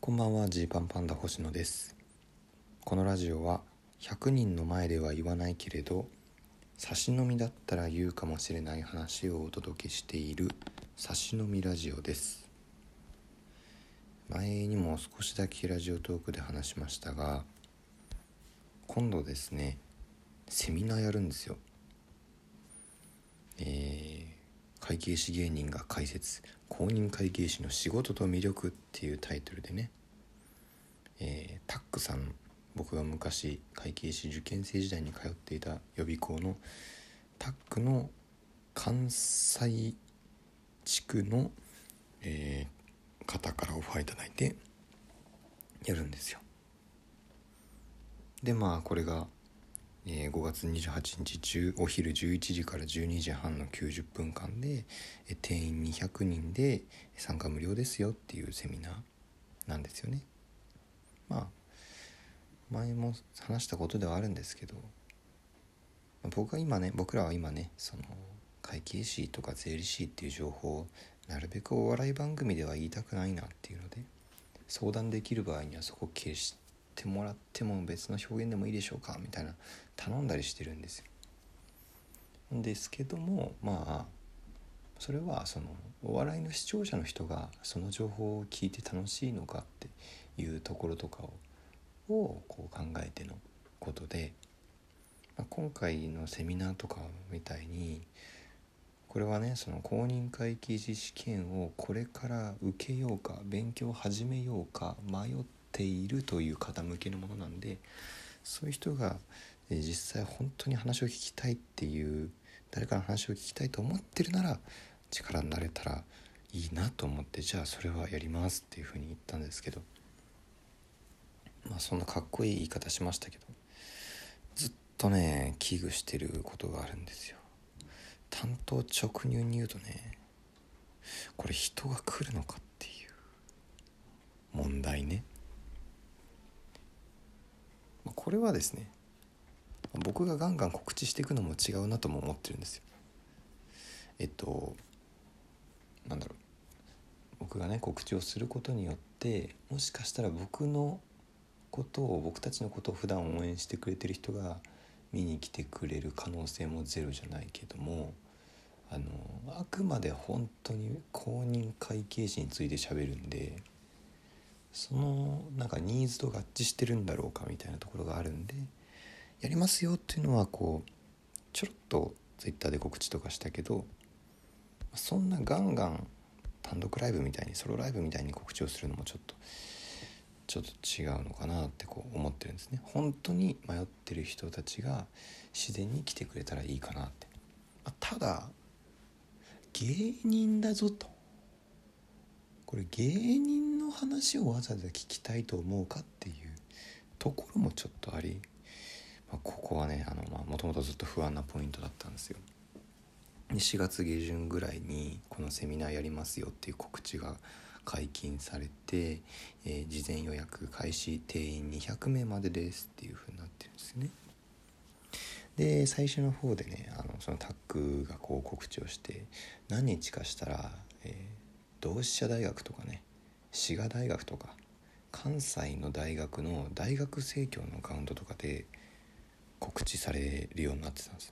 こんばんは、ジーパンパンダ星野です。このラジオは100人の前では言わないけれど差し飲みだったら言うかもしれない話をお届けしている差し飲みラジオです。前にも少しだけラジオトークで話しましたが、今度ですね、セミナーやるんですよ。会計士芸人が解説、公認会計士の仕事と魅力っていうタイトルでね、タックさん、僕が昔会計士受験生時代に通っていた予備校のタックの関西地区の、方からオファーいただいてやるんですよ。でこれが、5月28日お昼11時から12時半の90分間で、定員200人で参加無料ですよっていうセミナーなんですよね。前も話したことではあるんですけど、僕らは今ね、その会計士とか税理士っていう情報をなるべくお笑い番組では言いたくないなっていうので、相談できる場合にはそこ消してもらっても別の表現でもいいでしょうかみたいな頼んだりしてるんですよ。ですけども、それはそのお笑いの視聴者の人がその情報を聞いて楽しいのかっていうところとかをこう考えてのことで、今回のセミナーとかみたいに、これはね、その公認会計士試験をこれから受けようか勉強始めようか迷っているという方向けのものなんで、そういう人が実際本当に話を聞きたいっていう、誰かの話を聞きたいと思ってるなら力になれたらいいなと思って、じゃあそれはやりますっていうふうに言ったんですけど、そんなかっこいい言い方しましたけど、ずっとね危惧してることがあるんですよ。単刀直入に言うとね、これ人が来るのかっていう問題ね。これはですね、僕がガンガン告知していくのも違うなとも思ってるんですよ。僕がね告知をすることによって、もしかしたら僕たちのことを普段応援してくれてる人が見に来てくれる可能性もゼロじゃないけども、あくまで本当に公認会計士について喋るんで、そのニーズと合致してるんだろうかみたいなところがあるんで、やりますよっていうのはこうちょろっとツイッターで告知とかしたけど、そんなガンガン単独ライブみたいにソロライブみたいに告知をするのもちょっと違うのかなってこう思ってるんですね。本当に迷ってる人たちが自然に来てくれたらいいかなって。ただ芸人だぞと、これ芸人の話をわざわざ聞きたいと思うかっていうところもちょっとあり、ここはねもともとずっと不安なポイントだったんですよ。4月下旬ぐらいにこのセミナーやりますよっていう告知が解禁されて、事前予約開始、定員200名までですっていう風になってるんですね。で最初の方でね、そのタックがこう告知をして、何日かしたら、同志社大学とかね、滋賀大学とか関西の大学の大学生協のアカウントとかで告知されるようになってたんですよ。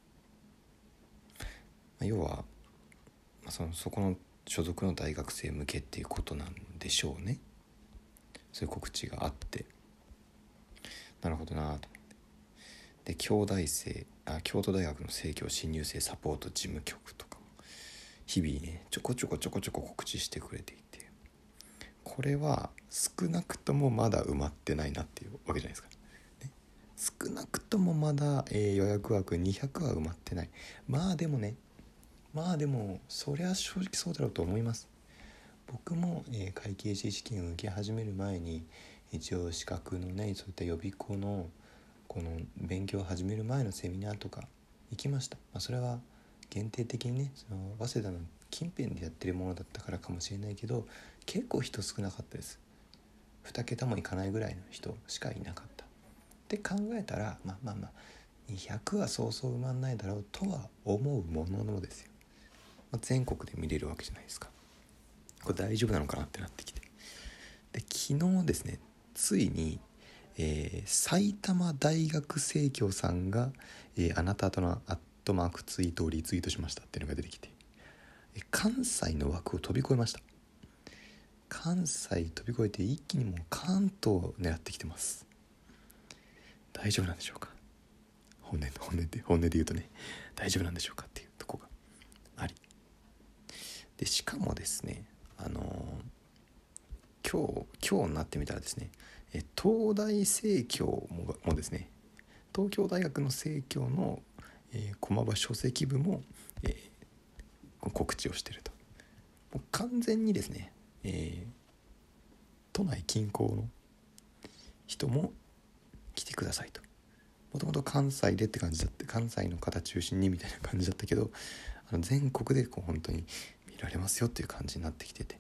要は、そこの所属の大学生向けっていうことなんでしょうね。そういう告知があって、なるほどなと思って。で京都大学の生協新入生サポート事務局とか日々ねちょこちょこ告知してくれていて、これは少なくともまだ埋まってないなっていうわけじゃないですか、ね、少なくともまだ、予約枠200は埋まってない。でもそりゃ正直そうだろうと思います。僕も、会計士試験を受け始める前に一応資格のね、そういった予備校のこの勉強を始める前のセミナーとか行きました。それは限定的にね、その早稲田の近辺でやってるものだったからかもしれないけど、結構人少なかったです。2桁もいかないぐらいの人しかいなかったって考えたら、200はそうそう埋まんないだろうとは思うもののですよ、全国で見れるわけじゃないですか。これ大丈夫なのかなってなってきて、 で昨日ですね、ついに、埼玉大学生協さんが、あなたとのアットマークツイートをリツイートしましたっていうのが出てきて、関西の枠を飛び越えました。関西飛び越えて一気にもう関東を狙ってきてます。大丈夫なんでしょうか。本音で言うとね、大丈夫なんでしょうかっていうとこがありで、しかもですね、今日になってみたらですね、東大生協もですね、東京大学の生協の、駒場書籍部も、告知をしていると。もう完全にですね、都内近郊の人も来てくださいと。もともと関西でって感じだって、関西の方中心にみたいな感じだったけど、全国で本当に見られますよっていう感じになってきてて、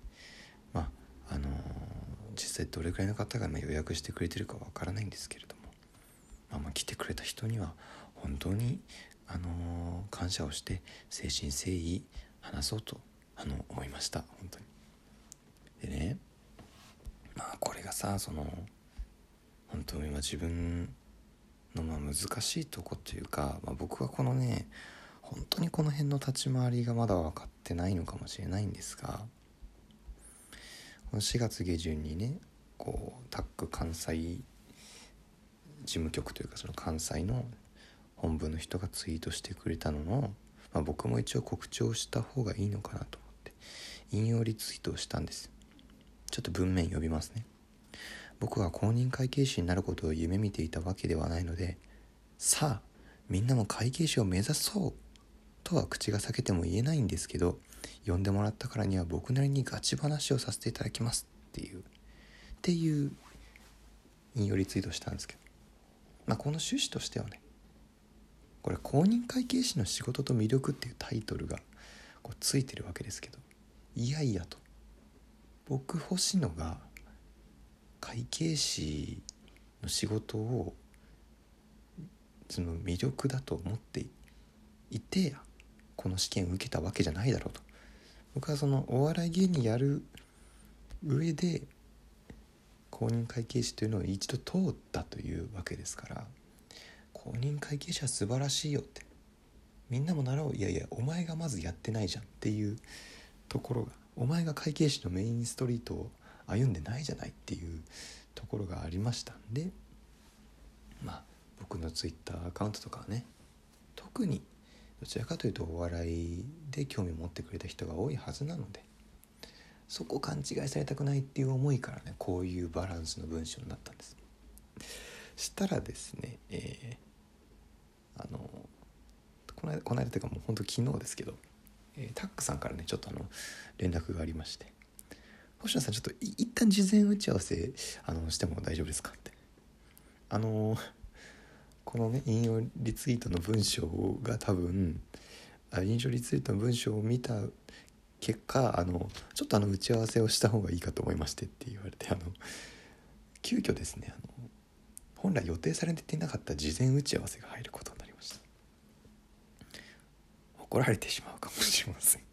実際どれくらいの方が予約してくれてるかわからないんですけれども、来てくれた人には本当に感謝をして誠心誠意話そうと思いました。本当に。でね、これがさ、本当に今自分の難しいとこというか、僕はこのね、本当にこの辺の立ち回りがまだ分かってないのかもしれないんですが、この4月下旬にね、タック関西事務局というか、その関西の本部の人がツイートしてくれたのの、僕も一応告知をした方がいいのかなと思って引用リツイートをしたんです。ちょっと文面読みますね。僕は公認会計士になることを夢見ていたわけではないので、さあみんなも会計士を目指そうとは口が裂けても言えないんですけど、呼んでもらったからには僕なりにガチ話をさせていただきますっていう引用リツイートをしたんですけど、この趣旨としてはね、これ公認会計士の仕事と魅力っていうタイトルがついてるわけですけど、いやいやと、僕星野が会計士の仕事をその魅力だと思っていてこの試験を受けたわけじゃないだろうと。僕はそのお笑い芸人やる上で公認会計士というのを一度通ったというわけですから、公認会計士は素晴らしいよって、みんなも習おう、いやいやお前がまずやってないじゃんっていうところが、お前が会計士のメインストリートを歩んでないじゃないっていうところがありましたんで、僕のツイッターアカウントとかはね、特にどちらかというとお笑いで興味を持ってくれた人が多いはずなので、そこを勘違いされたくないっていう思いからね、こういうバランスの文章になったんです。したらですね、この間というかもう本当昨日ですけど、タックさんからねちょっと連絡がありまして、星野さんちょっと一旦事前打ち合わせしても大丈夫ですかって、このね引用リツイートの文章が多分引用リツイートの文章を見た結果ちょっと打ち合わせをした方がいいかと思いましてって言われて、急遽ですね本来予定されていなかった事前打ち合わせが入ることになりました。怒られてしまうかもしれません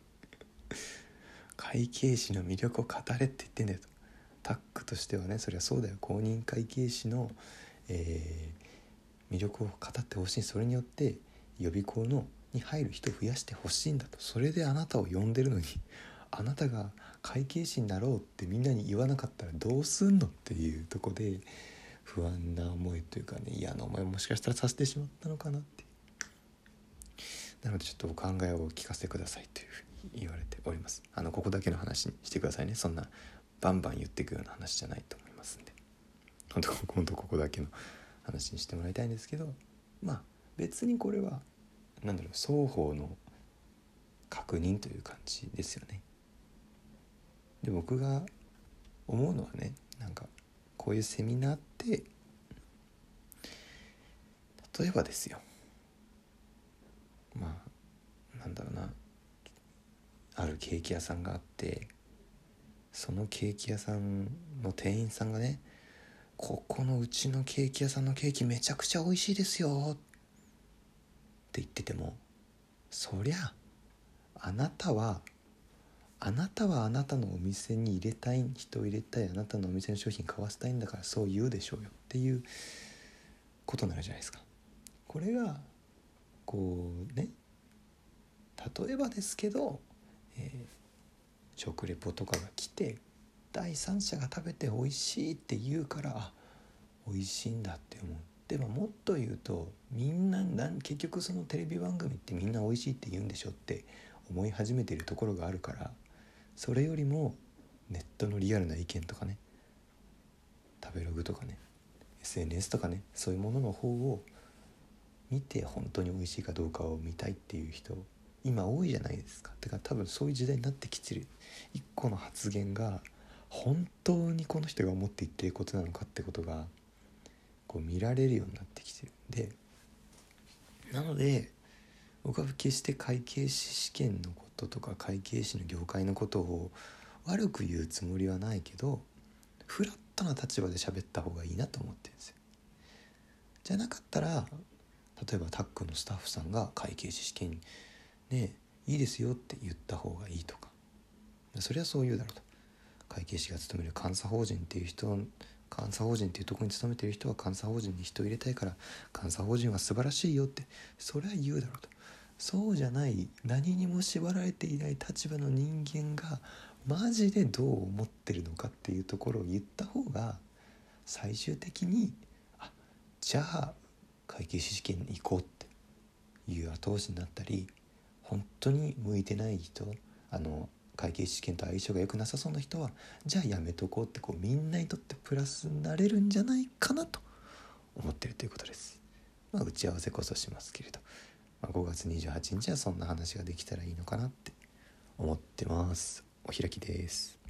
会計士の魅力を語れって言ってんだよと。タックとしてはね、そりゃそうだよ、公認会計士の、魅力を語ってほしい、それによって予備校に入る人を増やしてほしいんだと。それであなたを呼んでるのに、あなたが会計士になろうってみんなに言わなかったらどうすんのっていうとこで不安な思いというかね、嫌な思いをもしかしたらさせてしまったのかなって。なのでちょっとお考えを聞かせてくださいというふうに言われております。ここだけの話にしてくださいね。そんなバンバン言っていくような話じゃないと思いますんで、本当ここだけの話にしてもらいたいんですけど、別にこれは双方の確認という感じですよね。で、僕が思うのはね、こういうセミナーって例えばですよ、あるケーキ屋さんがあって、そのケーキ屋さんの店員さんがね、ここのうちのケーキ屋さんのケーキめちゃくちゃ美味しいですよって言ってても、そりゃあなたはあなたはあなたのお店に入れたい人を入れたい、あなたのお店の商品買わせたいんだからそう言うでしょうよっていうことになるじゃないですか。これがこうね、例えばですけど、食レポとかが来て第三者が食べて美味しいって言うから、あ、美味しいんだって思う。でももっと言うと、みんな結局そのテレビ番組ってみんな美味しいって言うんでしょって思い始めているところがあるから、それよりもネットのリアルな意見とかね、食べログとかね、 SNS とかね、そういうものの方を見て本当に美味しいかどうかを見たいっていう人今多いじゃないですか。だから多分そういう時代になってきてる。一個の発言が本当にこの人が思って言っていることなのかってことがこう見られるようになってきてる。でなので僕は決して会計士試験のこととか会計士の業界のことを悪く言うつもりはないけど、フラットな立場で喋った方がいいなと思ってるんですよ。じゃなかったら、例えばタックのスタッフさんが会計士試験ねいいですよって言った方がいいとか、それはそう言うだろうと。会計士が勤める監査法人っていう人、監査法人っていうところに勤めてる人は監査法人に人を入れたいから監査法人は素晴らしいよって、それは言うだろうと。そうじゃない何にも縛られていない立場の人間がマジでどう思ってるのかっていうところを言った方が最終的に、あ、じゃあ会計士試験に行こうっていう後押しになったり、本当に向いてない人、会計士試験と相性が良くなさそうな人はじゃあやめとこうって、こうみんなにとってプラスになれるんじゃないかなと思ってるということです。打ち合わせこそしますけれど、5月28日はそんな話ができたらいいのかなって思ってます。お開きです。